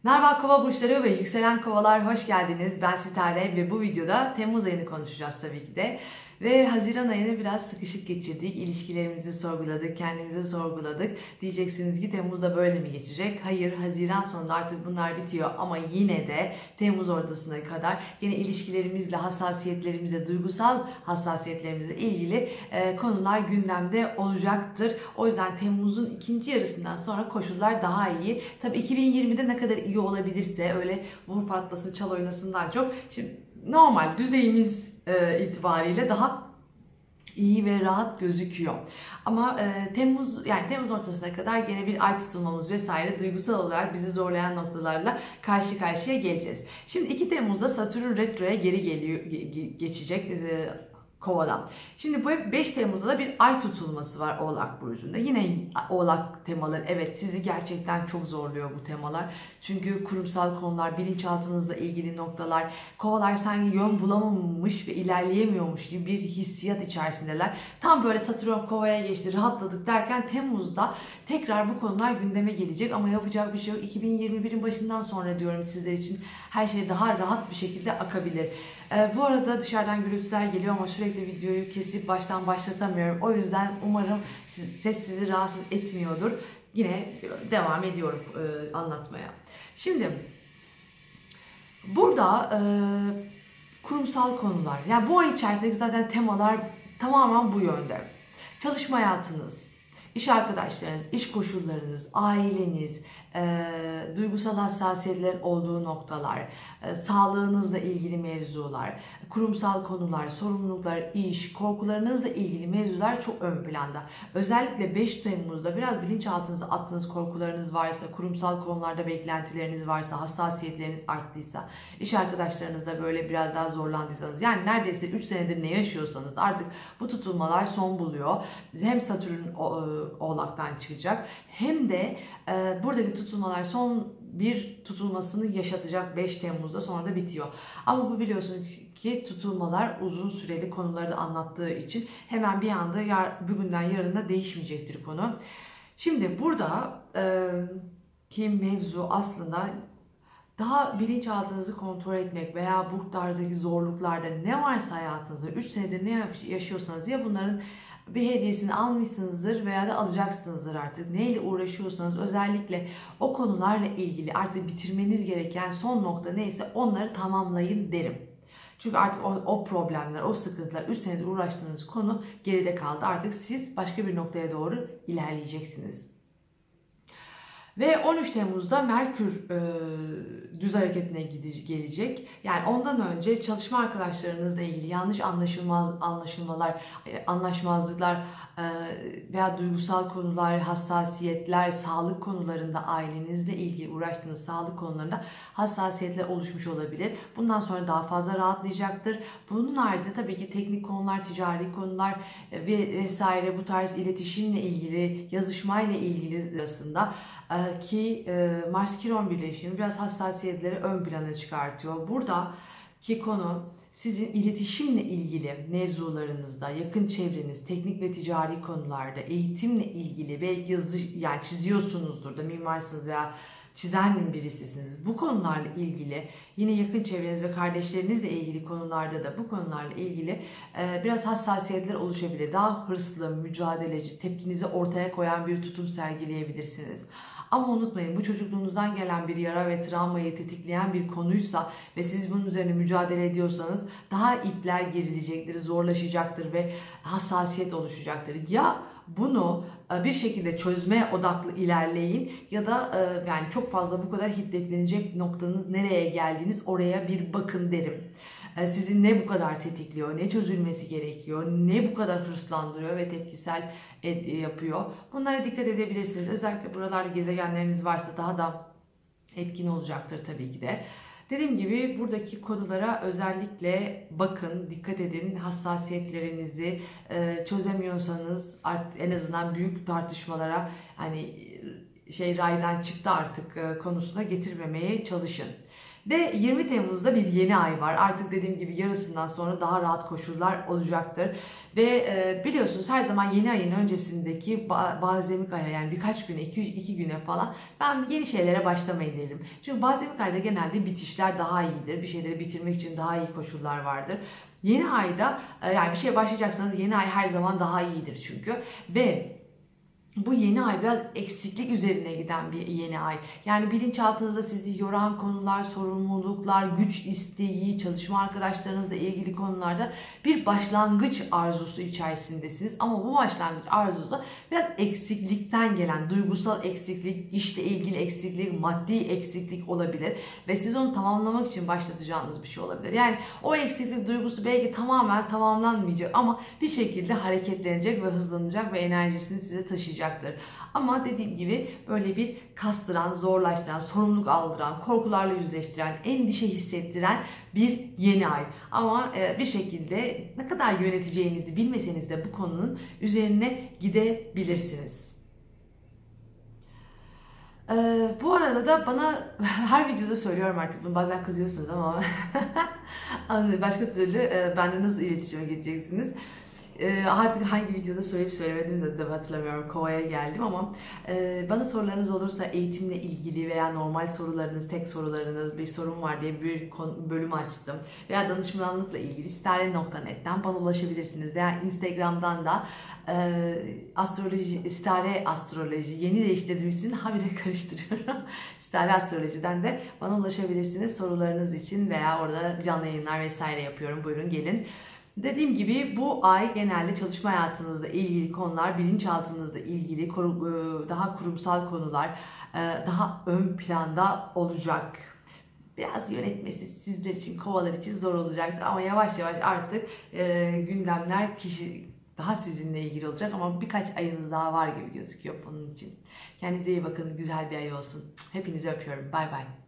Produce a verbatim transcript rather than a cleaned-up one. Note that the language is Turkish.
Merhaba Kova burçları ve yükselen kovalar, hoş geldiniz. Ben Sitare ve bu videoda Temmuz ayını konuşacağız tabii ki de. Ve Haziran ayını biraz sıkışık geçirdik. İlişkilerimizi sorguladık, kendimizi sorguladık. Diyeceksiniz ki Temmuz'da böyle mi geçecek? Hayır, Haziran sonunda artık bunlar bitiyor ama yine de Temmuz ortasına kadar yine ilişkilerimizle, hassasiyetlerimizle, duygusal hassasiyetlerimizle ilgili e, konular gündemde olacaktır. O yüzden Temmuz'un ikinci yarısından sonra koşullar daha iyi. Tabii iki bin yirmide ne kadar iyi olabilirse, öyle vur patlasın çal oynasından çok şimdi normal düzeyimiz e, itibariyle daha iyi ve rahat gözüküyor. Ama e, Temmuz yani Temmuz ortasına kadar gene bir ay tutulmamız vesaire duygusal olarak bizi zorlayan noktalarla karşı karşıya geleceğiz. Şimdi iki Temmuz'da Satürn retroya geri geliyor ge- geçecek. E, Kova'dan. Şimdi bu beş Temmuz'da da bir ay tutulması var Oğlak Burcu'nda. Yine Oğlak temaları, evet, sizi gerçekten çok zorluyor bu temalar. Çünkü kurumsal konular, bilinçaltınızla ilgili noktalar, Kovalar sanki yön bulamamış ve ilerleyemiyormuş gibi bir hissiyat içerisindeler. Tam böyle Satürn Kova'ya geçti, rahatladık derken Temmuz'da tekrar bu konular gündeme gelecek ama yapacak bir şey yok. iki bin yirmi birin başından sonra diyorum sizler için her şey daha rahat bir şekilde akabilir. Ee, bu arada dışarıdan gürültüler geliyor ama sürekli videoyu kesip baştan başlatamıyorum. O yüzden umarım siz, ses sizi rahatsız etmiyordur. Yine devam ediyorum e, anlatmaya. Şimdi burada e, kurumsal konular, yani bu ay içerisindeki zaten temalar tamamen bu yönde. Çalışma hayatınız, İş arkadaşlarınız, iş koşullarınız, aileniz, e, duygusal hassasiyetlerin olduğu noktalar, e, sağlığınızla ilgili mevzular, kurumsal konular, sorumluluklar, iş, korkularınızla ilgili mevzular çok ön planda. Özellikle beş Temmuz'da biraz bilinçaltınıza attığınız korkularınız varsa, kurumsal konularda beklentileriniz varsa, hassasiyetleriniz arttıysa, iş arkadaşlarınızla böyle biraz daha zorlandıysanız, yani neredeyse üç senedir ne yaşıyorsanız artık bu tutulmalar son buluyor. Hem Satürn Oğlak'tan çıkacak hem de e, buradaki tutulmalar son bir tutulmasını yaşatacak beş Temmuz'da, sonra da bitiyor. Ama bu biliyorsunuz ki tutulmalar uzun süreli konuları da anlattığı için hemen bir anda yar, bugünden yarına değişmeyecektir konu. Şimdi burada e, ki mevzu aslında daha bilinçaltınızı kontrol etmek veya bu tarzdaki zorluklarda ne varsa hayatınızda üç senedir ne yaşıyorsanız, ya bunların bir hediyesini almışsınızdır veya da alacaksınızdır artık. Neyle uğraşıyorsanız özellikle o konularla ilgili artık bitirmeniz gereken son nokta neyse onları tamamlayın derim. Çünkü artık o, o problemler, o sıkıntılar, üç senedir uğraştığınız konu geride kaldı. Artık siz başka bir noktaya doğru ilerleyeceksiniz. Ve on üç Temmuz'da Merkür e, düz hareketine gelecek. Yani ondan önce çalışma arkadaşlarınızla ilgili yanlış anlaşılmaz anlaşılmalar, e, anlaşmazlıklar e, veya duygusal konular, hassasiyetler, sağlık konularında, ailenizle ilgili uğraştığınız sağlık konularında hassasiyetler oluşmuş olabilir. Bundan sonra daha fazla rahatlayacaktır. Bunun haricinde tabii ki teknik konular, ticari konular e, ve vesaire bu tarz iletişimle ilgili, yazışmayla ilgili arasında ki Mars-Kiron birleşimi biraz hassasiyetleri ön plana çıkartıyor. Buradaki konu sizin iletişimle ilgili mevzularınızda, yakın çevreniz, teknik ve ticari konularda, eğitimle ilgili, belki yazı, yani çiziyorsunuzdur da, mimarsınız veya çizen birisisiniz. Bu konularla ilgili yine yakın çevreniz ve kardeşlerinizle ilgili konularda da bu konularla ilgili e, biraz hassasiyetler oluşabilir. Daha hırslı, mücadeleci, tepkinizi ortaya koyan bir tutum sergileyebilirsiniz. Ama unutmayın, bu çocukluğunuzdan gelen bir yara ve travmayı tetikleyen bir konuysa ve siz bunun üzerine mücadele ediyorsanız daha ipler gerilecektir, zorlaşacaktır ve hassasiyet oluşacaktır. Ya bunu bir şekilde çözme odaklı ilerleyin ya da yani çok fazla bu kadar hiddetlenecek noktanız nereye geldiğiniz, oraya bir bakın derim. Sizi ne bu kadar tetikliyor, ne çözülmesi gerekiyor, ne bu kadar hırslandırıyor ve tepkisel yapıyor. Bunlara dikkat edebilirsiniz. Özellikle buralarda gezegenleriniz varsa daha da etkin olacaktır tabii ki de. Dediğim gibi buradaki konulara özellikle bakın, dikkat edin. Hassasiyetlerinizi çözemiyorsanız en azından büyük tartışmalara, hani şey raydan çıktı artık konusuna getirmemeye çalışın. Ve yirmi Temmuz'da bir yeni ay var. Artık dediğim gibi yarısından sonra daha rahat koşullar olacaktır. Ve e, biliyorsunuz her zaman yeni ayın öncesindeki bazemik aya, yani birkaç güne, iki, iki güne falan ben yeni şeylere başlamayın derim. Çünkü bazemik ayda genelde bitişler daha iyidir. Bir şeyleri bitirmek için daha iyi koşullar vardır. Yeni ayda e, yani bir şeye başlayacaksanız yeni ay her zaman daha iyidir çünkü. Ve bu yeni ay biraz eksiklik üzerine giden bir yeni ay. Yani bilinçaltınızda sizi yoran konular, sorumluluklar, güç isteği, çalışma arkadaşlarınızla ilgili konularda bir başlangıç arzusu içerisindesiniz. Ama bu başlangıç arzusu biraz eksiklikten gelen, duygusal eksiklik, işle ilgili eksiklik, maddi eksiklik olabilir. Ve siz onu tamamlamak için başlatacağınız bir şey olabilir. Yani o eksiklik duygusu belki tamamen tamamlanmayacak ama bir şekilde hareketlenecek ve hızlanacak ve enerjisini size taşıyacak. Ama dediğim gibi böyle bir kastıran, zorlaştıran, sorumluluk aldıran, korkularla yüzleştiren, endişe hissettiren bir yeni ay. Ama bir şekilde ne kadar yöneteceğinizi bilmeseniz de bu konunun üzerine gidebilirsiniz. Ee, bu arada da bana her videoda söylüyorum artık bunu, bazen kızıyorsunuz ama başka türlü e, benden nasıl iletişime geçeceksiniz? E, artık hangi videoda söyleyip söylemedim de, de hatırlamıyorum, kovaya geldim ama e, bana sorularınız olursa eğitimle ilgili veya normal sorularınız, tek sorularınız, bir sorun var diye bir bölüm açtım veya danışmanlıkla ilgili stare nokta net'ten bana ulaşabilirsiniz veya Instagram'dan da e, astroloji, stare astroloji, yeni değiştirdim ismini, habire karıştırıyorum. Stare astrolojiden de bana ulaşabilirsiniz sorularınız için veya orada canlı yayınlar vesaire yapıyorum. Buyurun gelin. Dediğim gibi bu ay genelde çalışma hayatınızla ilgili konular, bilinçaltınızla ilgili daha kurumsal konular daha ön planda olacak. Biraz yönetmesi sizler için, kovalar için zor olacaktır ama yavaş yavaş artık gündemler kişi daha sizinle ilgili olacak ama birkaç ayınız daha var gibi gözüküyor bunun için. Kendinize iyi bakın, güzel bir ay olsun. Hepinizi öpüyorum. Bay bay.